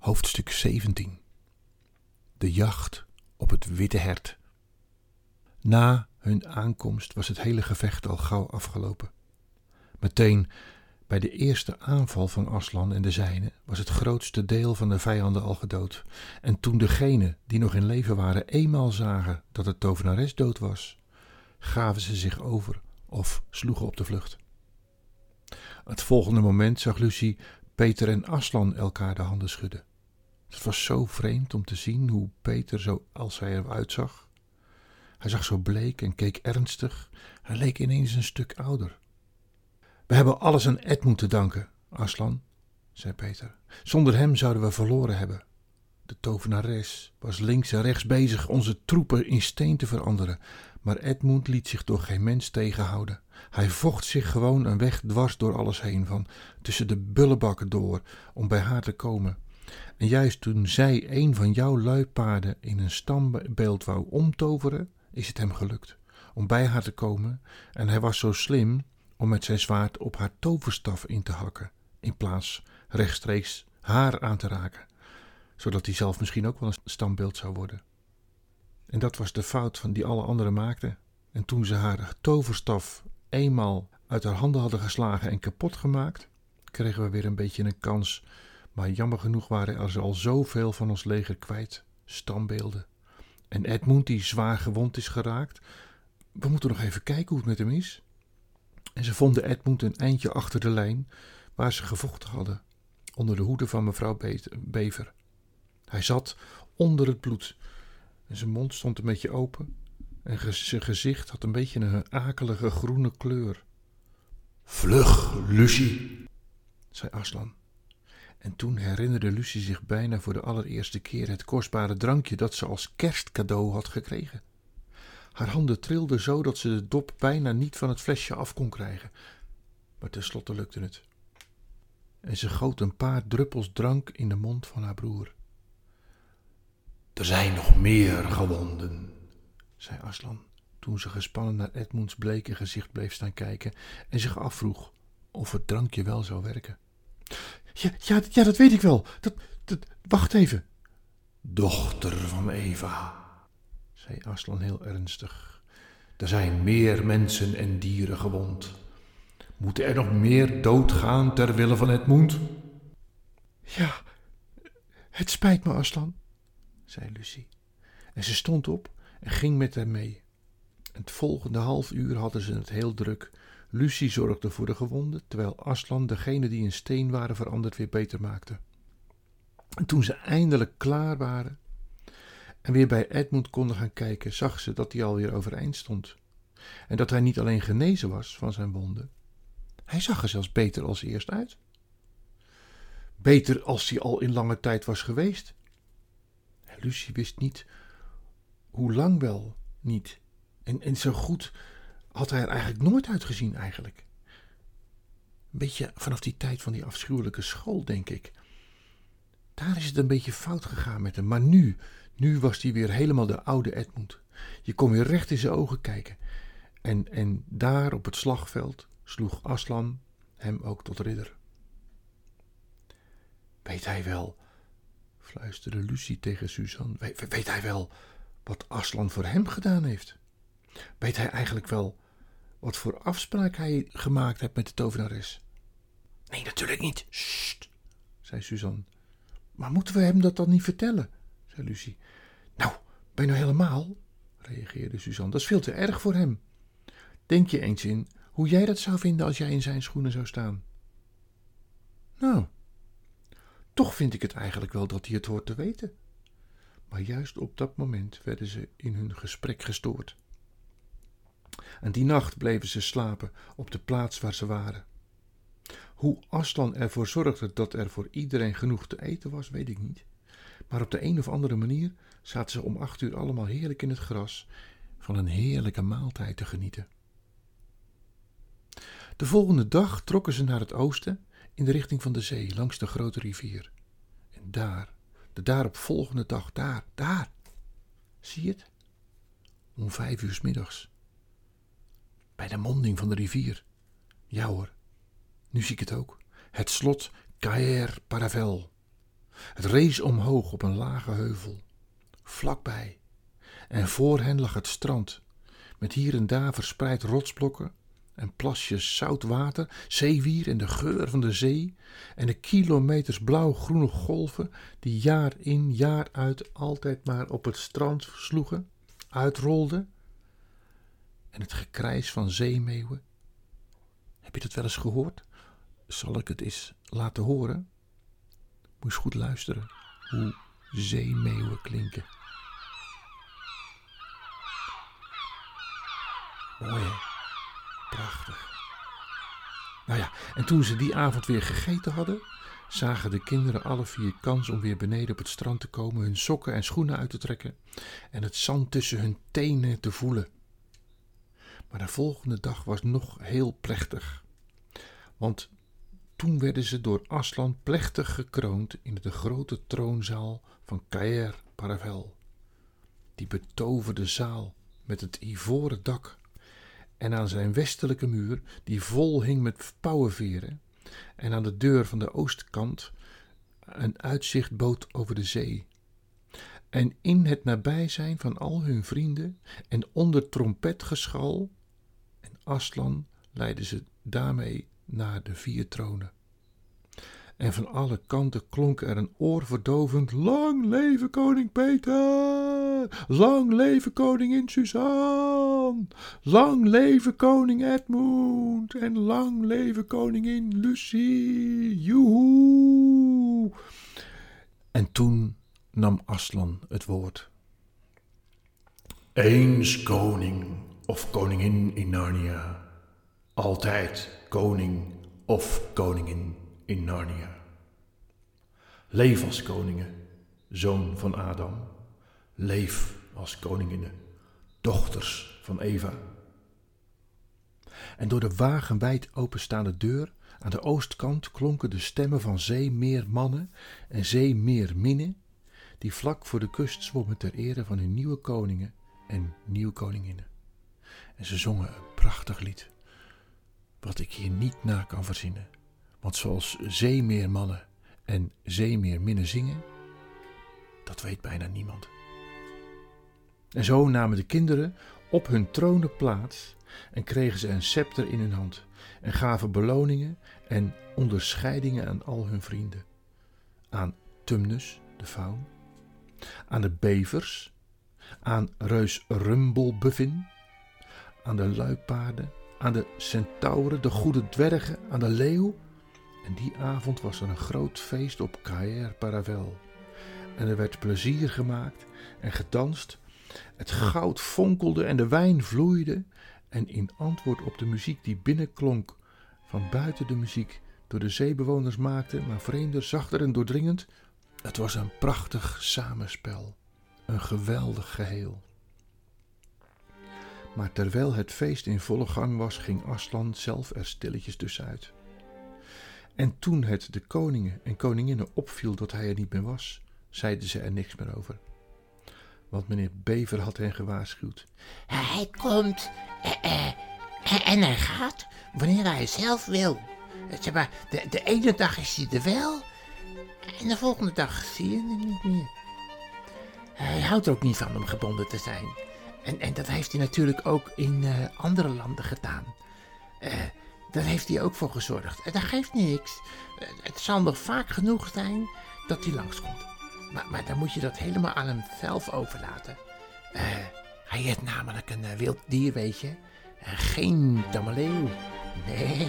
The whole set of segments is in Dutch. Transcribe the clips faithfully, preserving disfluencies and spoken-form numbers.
Hoofdstuk zeventien. De jacht op het witte hert. Na hun aankomst was het hele gevecht al gauw afgelopen. Meteen bij de eerste aanval van Aslan en de zijnen was het grootste deel van de vijanden al gedood. En toen degenen die nog in leven waren eenmaal zagen dat de tovenares dood was, gaven ze zich over of sloegen op de vlucht. Het volgende moment zag Lucy Peter en Aslan elkaar de handen schudden. Het was zo vreemd om te zien hoe Peter zo als hij eruit zag. Hij zag zo bleek en keek ernstig. Hij leek ineens een stuk ouder. We hebben alles aan Edmund te danken, Aslan, zei Peter. Zonder hem zouden we verloren hebben. De tovenares was links en rechts bezig onze troepen in steen te veranderen, maar Edmund liet zich door geen mens tegenhouden. Hij vocht zich gewoon een weg dwars door alles heen, van tussen de bullebakken door, om bij haar te komen. En juist toen zij een van jouw luipaarden in een standbeeld wou omtoveren, is het hem gelukt om bij haar te komen, en hij was zo slim om met zijn zwaard op haar toverstaf in te hakken, in plaats rechtstreeks haar aan te raken, zodat hij zelf misschien ook wel een standbeeld zou worden. En dat was de fout van die alle anderen maakten. En toen ze haar toverstaf eenmaal uit haar handen hadden geslagen en kapot gemaakt, kregen we weer een beetje een kans. Maar jammer genoeg waren er al zoveel van ons leger kwijt, standbeelden. En Edmund die zwaar gewond is geraakt, we moeten nog even kijken hoe het met hem is. En ze vonden Edmund een eindje achter de lijn, waar ze gevochten hadden, onder de hoede van mevrouw Bever. Hij zat onder het bloed en zijn mond stond een beetje open en ge- zijn gezicht had een beetje een akelige groene kleur. Vlug, Lucy, zei Aslan. En toen herinnerde Lucy zich bijna voor de allereerste keer het kostbare drankje dat ze als kerstcadeau had gekregen. Haar handen trilden zo dat ze de dop bijna niet van het flesje af kon krijgen. Maar tenslotte lukte het. En ze goot een paar druppels drank in de mond van haar broer. Er zijn nog meer gewonden, zei Aslan, toen ze gespannen naar Edmunds bleke gezicht bleef staan kijken en zich afvroeg of het drankje wel zou werken. Ja, ja, ja, dat weet ik wel. Dat, dat, wacht even. Dochter van Eva, zei Aslan heel ernstig. Er zijn meer mensen en dieren gewond. Moeten er nog meer doodgaan ter wille van Edmund? Ja, het spijt me, Aslan, zei Lucy. En ze stond op en ging met hem mee. Het volgende half uur hadden ze het heel druk. Lucy zorgde voor de gewonden, terwijl Aslan degene die in steen waren veranderd weer beter maakte. En toen ze eindelijk klaar waren en weer bij Edmund konden gaan kijken, zag ze dat hij alweer overeind stond. En dat hij niet alleen genezen was van zijn wonden, hij zag er zelfs beter als eerst uit. Beter als hij al in lange tijd was geweest. En Lucy wist niet hoe lang wel niet. En, en zo goed had hij er eigenlijk nooit uitgezien eigenlijk. Een beetje vanaf die tijd van die afschuwelijke school, denk ik. Daar is het een beetje fout gegaan met hem. Maar nu, nu was hij weer helemaal de oude Edmund. Je kon weer recht in zijn ogen kijken. En, en daar op het slagveld sloeg Aslan hem ook tot ridder. Weet hij wel, fluisterde Lucy tegen Suzanne, weet, weet hij wel wat Aslan voor hem gedaan heeft? Weet hij eigenlijk wel wat voor afspraak hij gemaakt heeft met de tovenares? Nee, natuurlijk niet. Sst, zei Suzanne. Maar moeten we hem dat dan niet vertellen? Zei Lucy. Nou, ben je nou helemaal? Reageerde Suzanne. Dat is veel te erg voor hem. Denk je eens in hoe jij dat zou vinden als jij in zijn schoenen zou staan? Nou, toch vind ik het eigenlijk wel dat hij het hoort te weten. Maar juist op dat moment werden ze in hun gesprek gestoord. En die nacht bleven ze slapen op de plaats waar ze waren. Hoe Aslan ervoor zorgde dat er voor iedereen genoeg te eten was, weet ik niet. Maar op de een of andere manier zaten ze om acht uur allemaal heerlijk in het gras van een heerlijke maaltijd te genieten. De volgende dag trokken ze naar het oosten in de richting van de zee, langs de grote rivier. En daar, de daaropvolgende dag, daar, daar, zie je het? Om vijf uur 's middags. Bij de monding van de rivier. Ja hoor, nu zie ik het ook. Het slot Caer Paravel. Het rees omhoog op een lage heuvel, vlakbij. En voor hen lag het strand, met hier en daar verspreid rotsblokken en plasjes zout water, zeewier en de geur van de zee en de kilometers blauw-groene golven die jaar in jaar uit altijd maar op het strand sloegen, uitrolden. En het gekrijs van zeemeeuwen. Heb je dat wel eens gehoord? Zal ik het eens laten horen? Moet eens goed luisteren hoe zeemeeuwen klinken. Mooi hè? Prachtig. Nou ja, en toen ze die avond weer gegeten hadden, zagen de kinderen alle vier kans om weer beneden op het strand te komen, hun sokken en schoenen uit te trekken en het zand tussen hun tenen te voelen. Maar de volgende dag was nog heel plechtig, want toen werden ze door Aslan plechtig gekroond in de grote troonzaal van Caer Paravel. Die betoverde zaal met het ivoren dak en aan zijn westelijke muur, die vol hing met pauwenveren, en aan de deur van de oostkant een uitzicht bood over de zee. En in het nabijzijn van al hun vrienden en onder trompetgeschal, en Aslan leidde ze daarmee naar de vier tronen. En van alle kanten klonk er een oorverdovend: lang leven koning Peter, lang leven koningin Suzanne, lang leven koning Edmund en lang leven koningin Lucie, joehoe. En toen nam Aslan het woord. Eens koning of koningin in Narnia, altijd koning of koningin in Narnia. Leef als koningen, zoon van Adam. Leef als koninginnen, dochters van Eva. En door de wagenwijd openstaande deur aan de oostkant klonken de stemmen van zeemeermannen en zeemeerminnen, die vlak voor de kust zwommen ter ere van hun nieuwe koningen en nieuwe koninginnen. En ze zongen een prachtig lied, wat ik hier niet na kan verzinnen. Want zoals zeemeermannen en zeemeerminnen zingen, dat weet bijna niemand. En zo namen de kinderen op hun tronen plaats en kregen ze een scepter in hun hand en gaven beloningen en onderscheidingen aan al hun vrienden. Aan Tumnus, de faun, aan de bevers, aan reus Rumbelbuffin, aan de luipaarden, aan de centauren, de goede dwergen, aan de leeuw. En die avond was er een groot feest op Caer Paravel. En er werd plezier gemaakt en gedanst. Het goud fonkelde en de wijn vloeide. En in antwoord op de muziek die binnenklonk van buiten de muziek door de zeebewoners maakte, maar vreemder, zachter en doordringend. Het was een prachtig samenspel. Een geweldig geheel. Maar terwijl het feest in volle gang was, ging Aslan zelf er stilletjes tussenuit. En toen het de koningen en koninginnen opviel dat hij er niet meer was, zeiden ze er niks meer over. Want meneer Bever had hen gewaarschuwd. Hij komt eh, eh, en hij gaat wanneer hij zelf wil. Zeg maar, de, de ene dag is hij er wel en de volgende dag zie je hem niet meer. Hij houdt er ook niet van om gebonden te zijn. En, en dat heeft hij natuurlijk ook in uh, andere landen gedaan. Uh, daar heeft hij ook voor gezorgd. En dat geeft niks. Uh, het zal nog vaak genoeg zijn dat hij langskomt. Maar, maar dan moet je dat helemaal aan hem zelf overlaten. Uh, hij is namelijk een uh, wild dier, weet je. Uh, geen tamme leeuw. Nee.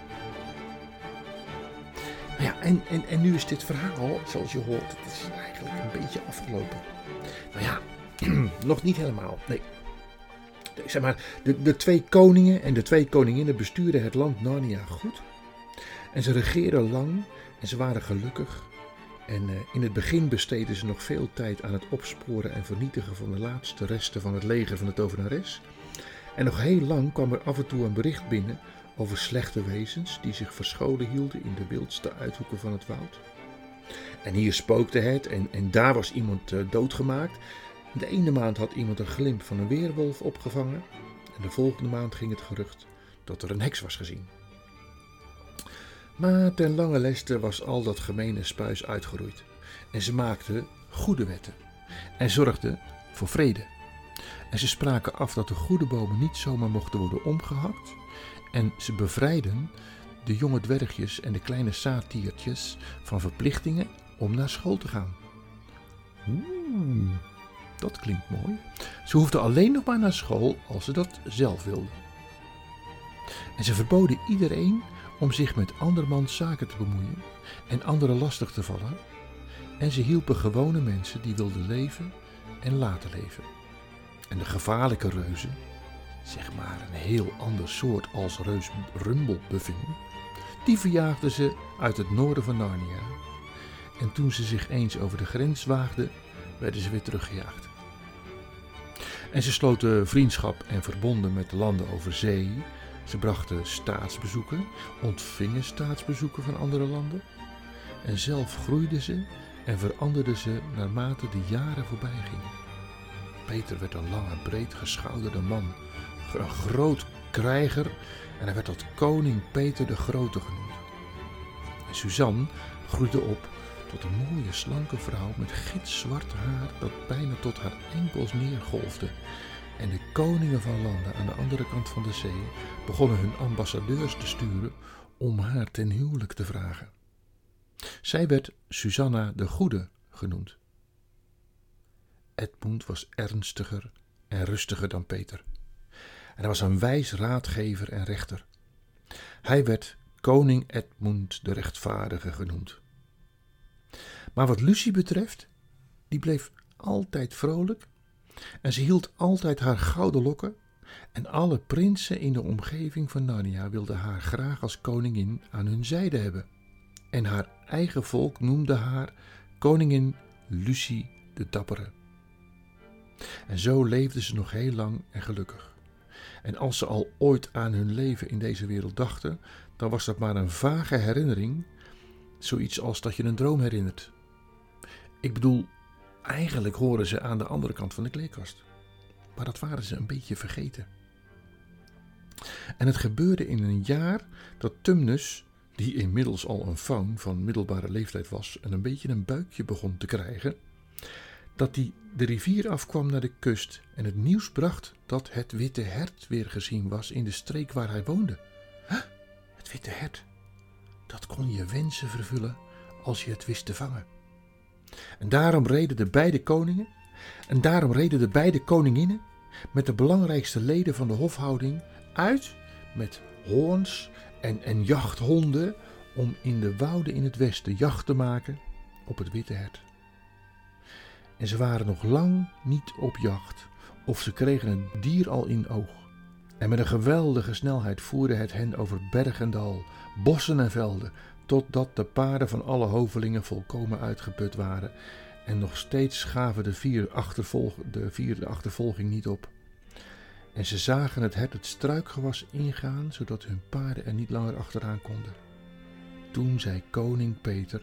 Nou ja, en, en, en nu is dit verhaal, zoals je hoort, het is eigenlijk een beetje afgelopen. Nou ja, nog niet helemaal, nee. Zeg maar, de, de twee koningen en de twee koninginnen bestuurden het land Narnia goed. En ze regeerden lang en ze waren gelukkig. En uh, in het begin besteden ze nog veel tijd aan het opsporen en vernietigen van de laatste resten van het leger van de tovenares. En nog heel lang kwam er af en toe een bericht binnen over slechte wezens die zich verscholen hielden in de wildste uithoeken van het woud. En hier spookte het en, en daar was iemand uh, doodgemaakt. De ene maand had iemand een glimp van een weerwolf opgevangen en de volgende maand ging het gerucht dat er een heks was gezien. Maar ten lange leste was al dat gemene spuis uitgeroeid En ze maakten goede wetten en zorgden voor vrede. En ze spraken af dat de goede bomen niet zomaar mochten worden omgehakt. En ze bevrijden de jonge dwergjes en de kleine saatiertjes van verplichtingen om naar school te gaan. Oeh, dat klinkt mooi. Ze hoefden alleen nog maar naar school als ze dat zelf wilden. En ze verboden iedereen om zich met andermans zaken te bemoeien en anderen lastig te vallen. En ze hielpen gewone mensen die wilden leven en laten leven. En de gevaarlijke reuzen, zeg maar een heel ander soort als reus Rumblebuffin, die verjaagden ze uit het noorden van Narnia. En toen ze zich eens over de grens waagden, werden ze weer teruggejaagd. En ze sloten vriendschap en verbonden met de landen over zee. Ze brachten staatsbezoeken, ontvingen staatsbezoeken van andere landen. En zelf groeiden ze en veranderden ze naarmate de jaren voorbij gingen. Peter werd een lange, breed geschouderde man, een groot krijger, en hij werd tot koning Peter de Grote genoemd. En Suzanne groeide op tot een mooie, slanke vrouw met gitzwart haar dat bijna tot haar enkels neergolfde. En de koningen van landen aan de andere kant van de zee begonnen hun ambassadeurs te sturen om haar ten huwelijk te vragen. Zij werd Susanna de Goede genoemd. Edmund was ernstiger en rustiger dan Peter. En hij was een wijs raadgever en rechter. Hij werd koning Edmund de Rechtvaardige genoemd. Maar wat Lucie betreft, die bleef altijd vrolijk en ze hield altijd haar gouden lokken en alle prinsen in de omgeving van Narnia wilden haar graag als koningin aan hun zijde hebben. En haar eigen volk noemde haar koningin Lucie de Dappere. En zo leefden ze nog heel lang en gelukkig. En als ze al ooit aan hun leven in deze wereld dachten, dan was dat maar een vage herinnering, zoiets als dat je een droom herinnert. Ik bedoel, eigenlijk horen ze aan de andere kant van de kleerkast. Maar dat waren ze een beetje vergeten. En het gebeurde in een jaar dat Tumnus, die inmiddels al een faun van middelbare leeftijd was en een beetje een buikje begon te krijgen, dat hij de rivier afkwam naar de kust en het nieuws bracht dat het witte hert weer gezien was in de streek waar hij woonde. Huh? Het witte hert, dat kon je wensen vervullen als je het wist te vangen. En daarom reden de beide koningen en daarom reden de beide koninginnen met de belangrijkste leden van de hofhouding uit met hoorns en, en jachthonden om in de wouden in het westen jacht te maken op het witte hert. En ze waren nog lang niet op jacht of ze kregen het dier al in oog. En met een geweldige snelheid voerde het hen over berg en dal, bossen en velden, totdat de paarden van alle hovelingen volkomen uitgeput waren en nog steeds gaven de vier achtervolg, de vierde achtervolging niet op. En ze zagen het hert het struikgewas ingaan, zodat hun paarden er niet langer achteraan konden. Toen zei koning Peter,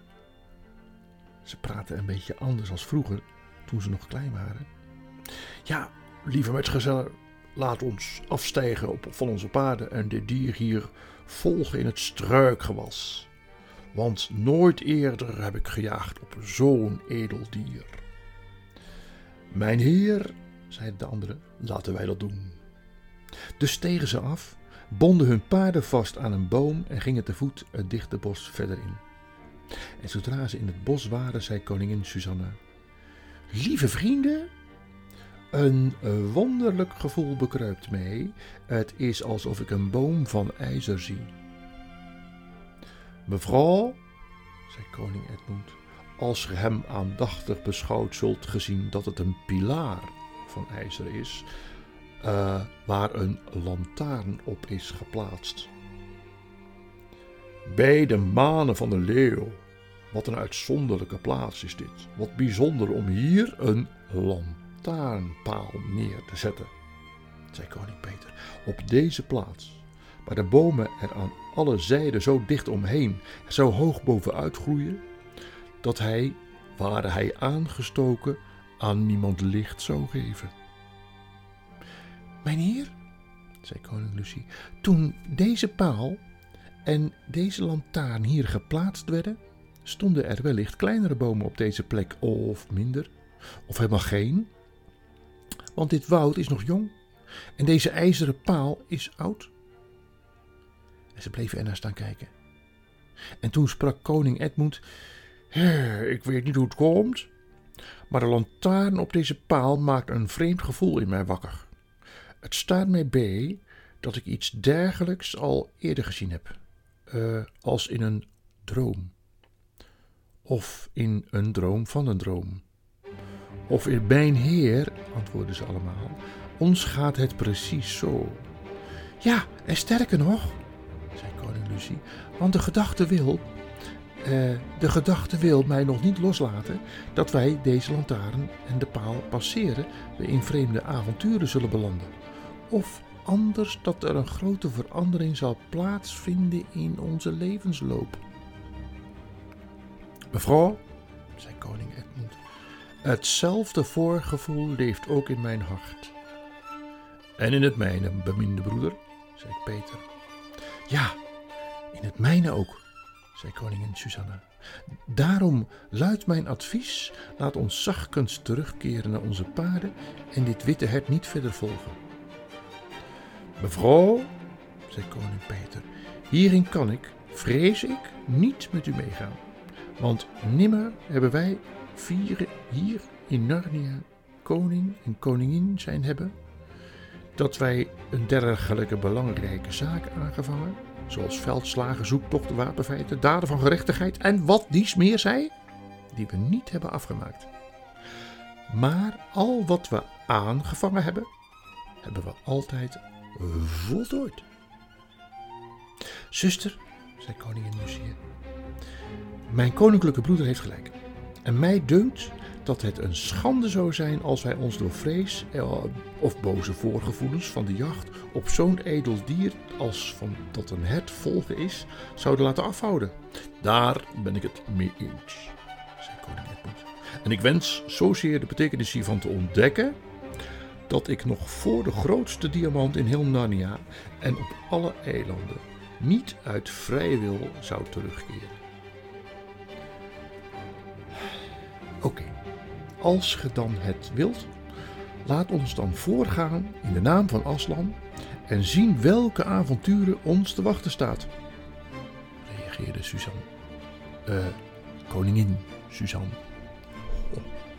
ze praten een beetje anders als vroeger, toen ze nog klein waren. Ja, lieve metgezellen, laat ons afstijgen op, van onze paarden en dit dier hier volgen in het struikgewas. Want nooit eerder heb ik gejaagd op zo'n edel dier. Mijn heer, zeiden de anderen, laten wij dat doen. Dus stegen ze af, bonden hun paarden vast aan een boom en gingen te voet het dichte bos verder in. En zodra ze in het bos waren, zei koningin Susanna, lieve vrienden, een wonderlijk gevoel bekruipt mij. Het is alsof ik een boom van ijzer zie. Mevrouw, zei koning Edmund, als ge hem aandachtig beschouwt, zult gezien dat het een pilaar van ijzer is, uh, waar een lantaarn op is geplaatst. Bij de manen van de leeuw, wat een uitzonderlijke plaats is dit. Wat bijzonder om hier een lantaarnpaal neer te zetten, zei koning Peter. Op deze plaats, waar de bomen er aan alle zijden zo dicht omheen, zo hoog bovenuit groeien, dat hij, ware hij aangestoken, aan niemand licht zou geven. Mijn heer, zei koning Lucie, toen deze paal en deze lantaarn hier geplaatst werden, stonden er wellicht kleinere bomen op deze plek, of minder, of helemaal geen. Want dit woud is nog jong en deze ijzeren paal is oud. En ze bleven ernaar staan kijken. En toen sprak koning Edmund: ik weet niet hoe het komt, maar de lantaarn op deze paal maakt een vreemd gevoel in mij wakker. Het staat mij bij dat ik iets dergelijks al eerder gezien heb, uh, als in een droom. Of in een droom van een droom. Of in mijn heer, antwoordden ze allemaal, ons gaat het precies zo. Ja, en sterker nog, zei koning Lucie, want de gedachte wil, uh, de gedachte wil mij nog niet loslaten dat wij deze lantaarn en de paal passeren, we in vreemde avonturen zullen belanden. Of anders dat er een grote verandering zal plaatsvinden in onze levensloop. Mevrouw, zei koning Edmund, hetzelfde voorgevoel leeft ook in mijn hart. En in het mijne, beminde broeder, zei Peter. Ja, in het mijne ook, zei koningin Susanna. Daarom luidt mijn advies, laat ons zachtkens terugkeren naar onze paarden en dit witte hert niet verder volgen. Mevrouw, zei koning Peter, hierin kan ik, vrees ik, niet met u meegaan. Want nimmer hebben wij vieren hier in Narnia koning en koningin zijn hebben, dat wij een dergelijke belangrijke zaak aangevangen, zoals veldslagen, zoektochten, wapenfeiten, daden van gerechtigheid en wat dies meer zij, die we niet hebben afgemaakt. Maar al wat we aangevangen hebben, hebben we altijd voltooid. Zuster, zei koningin Lucie, mijn koninklijke broeder heeft gelijk. En mij dunkt dat het een schande zou zijn als wij ons door vrees of boze voorgevoelens van de jacht op zo'n edel dier als van dat een hert volgen is, zouden laten afhouden. Daar ben ik het mee eens, zei koning Edmund. En ik wens zozeer de betekenis hiervan te ontdekken, dat ik nog voor de grootste diamant in heel Narnia en op alle eilanden niet uit vrije wil zou terugkeren. Oké, okay. Als ge dan het wilt, laat ons dan voorgaan in de naam van Aslan en zien welke avonturen ons te wachten staat, reageerde Suzanne. Uh, koningin Suzanne. Oh.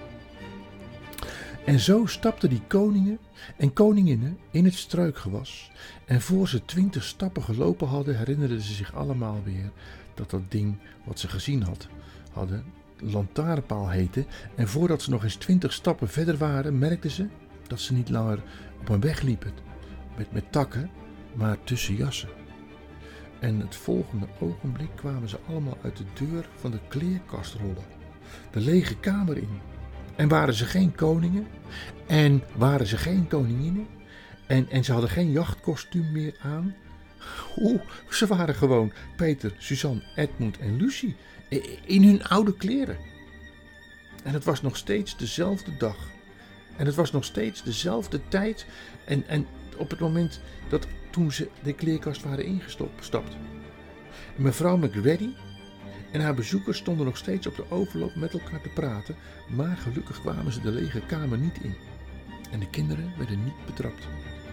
En zo stapten die koningen en koninginnen in het struikgewas en voor ze twintig stappen gelopen hadden, herinnerden ze zich allemaal weer dat dat ding wat ze gezien had, hadden lantaarnpaal heette, en voordat ze nog eens twintig stappen verder waren, merkten ze dat ze niet langer op een weg liepen met, met takken, maar tussen jassen. En het volgende ogenblik kwamen ze allemaal uit de deur van de kleerkast rollen, de lege kamer in. En waren ze geen koningen, en waren ze geen koninginnen, en, en ze hadden geen jachtkostuum meer aan. Oeh, ze waren gewoon Peter, Suzanne, Edmund en Lucie in hun oude kleren. En het was nog steeds dezelfde dag. En het was nog steeds dezelfde tijd. En, en op het moment dat toen ze de kleerkast waren ingestapt. En mevrouw McGrady en haar bezoekers stonden nog steeds op de overloop met elkaar te praten. Maar gelukkig kwamen ze de lege kamer niet in. En de kinderen werden niet betrapt.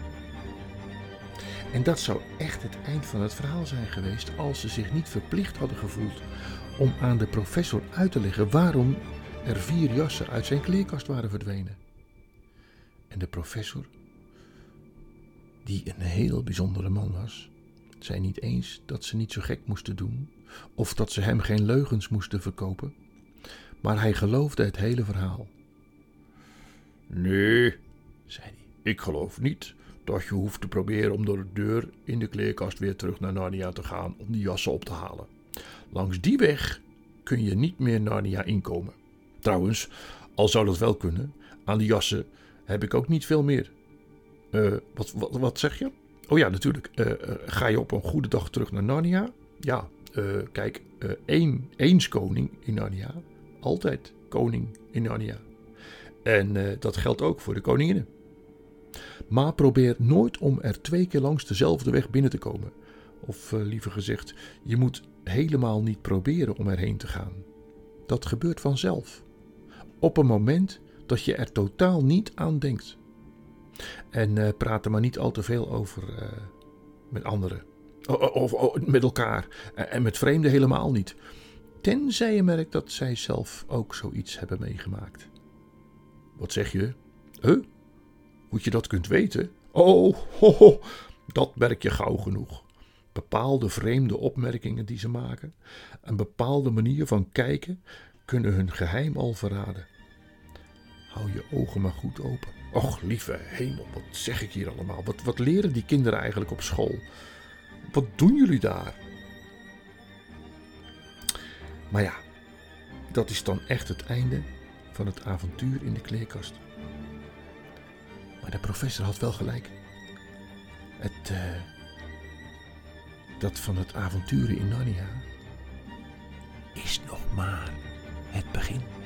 En dat zou echt het eind van het verhaal zijn geweest als ze zich niet verplicht hadden gevoeld om aan de professor uit te leggen waarom er vier jassen uit zijn kleerkast waren verdwenen. En de professor, die een heel bijzondere man was, zei niet eens dat ze niet zo gek moesten doen of dat ze hem geen leugens moesten verkopen, maar hij geloofde het hele verhaal. Nee, zei hij, ik geloof niet dat je hoeft te proberen om door de deur in de kleerkast weer terug naar Narnia te gaan om die jassen op te halen. Langs die weg kun je niet meer Narnia inkomen. Trouwens, al zou dat wel kunnen, aan die jassen heb ik ook niet veel meer. Uh, wat, wat, wat zeg je? Oh ja, natuurlijk. Uh, uh, ga je op een goede dag terug naar Narnia? Ja, uh, kijk, uh, één, eens koning in Narnia. Altijd koning in Narnia. En uh, dat geldt ook voor de koninginnen. Maar probeer nooit om er twee keer langs dezelfde weg binnen te komen. Of uh, liever gezegd, je moet helemaal niet proberen om erheen te gaan. Dat gebeurt vanzelf. Op een moment dat je er totaal niet aan denkt. En uh, praat er maar niet al te veel over uh, met anderen. Of, of, of met elkaar. En met vreemden helemaal niet. Tenzij je merkt dat zij zelf ook zoiets hebben meegemaakt. Wat zeg je? Huh? Hoe je dat kunt weten? Oh, ho, ho, dat merk je gauw genoeg. Bepaalde vreemde opmerkingen die ze maken, een bepaalde manier van kijken, kunnen hun geheim al verraden. Hou je ogen maar goed open. Och, lieve hemel, wat zeg ik hier allemaal? Wat, wat leren die kinderen eigenlijk op school? Wat doen jullie daar? Maar ja, dat is dan echt het einde van het avontuur in de kleerkast. Maar de professor had wel gelijk. Het, uh, dat van het avonturen in Narnia is nog maar het begin.